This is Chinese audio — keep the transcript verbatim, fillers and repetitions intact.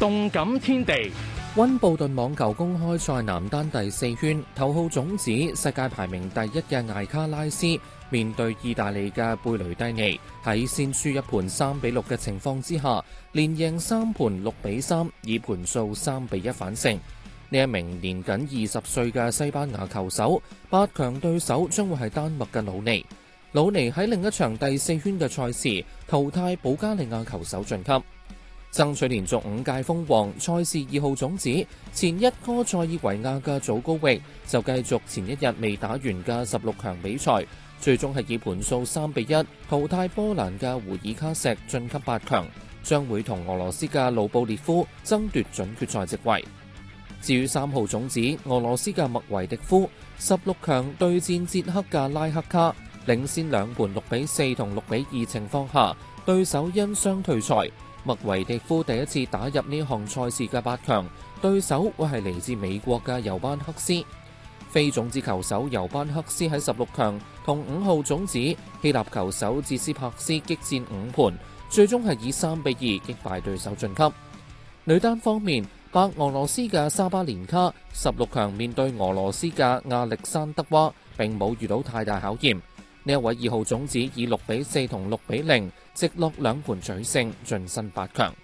動感天地， 溫布頓網球公開賽男單第四圈，頭號種子世界排名第一嘅艾卡拉斯面對意大利嘅貝雷蒂尼，喺先輸一盤三比六嘅情況之下，連贏三盤六比三，以盤數三比一反勝。呢一名年僅二十歲嘅西班牙球手，八強對手將會係丹麥嘅魯尼。魯尼喺另一場第四圈嘅賽事淘汰保加利亞球手晉級。爭取連續五屆封王賽事二號種子前一哥塞爾維亞嘅祖高域就繼續前一日未打完嘅十六強比賽，最終係以盤數三比一淘汰波蘭嘅胡爾卡石晉級八強，將會同俄羅斯嘅魯布列夫爭奪準決賽席位。至於三號種子俄羅斯嘅麥維迪夫，十六強對戰捷克嘅拉克卡，領先兩盤六比四同六比二情況下，對手因傷退賽。麥維迪夫第一次打入呢項賽事嘅八強，對手會係嚟自美國嘅尤班克斯。非種子球手尤班克斯喺十六強同五號種子希臘球手捷斯帕斯激戰五盤，最終係以三比二擊敗對手晉級。女單方面，白俄羅斯嘅沙巴連卡十六強面對俄羅斯嘅亞歷山德娃，並冇遇到太大考驗。呢一位二號種子以六比四同六比零直落兩盤取勝，晉身八強。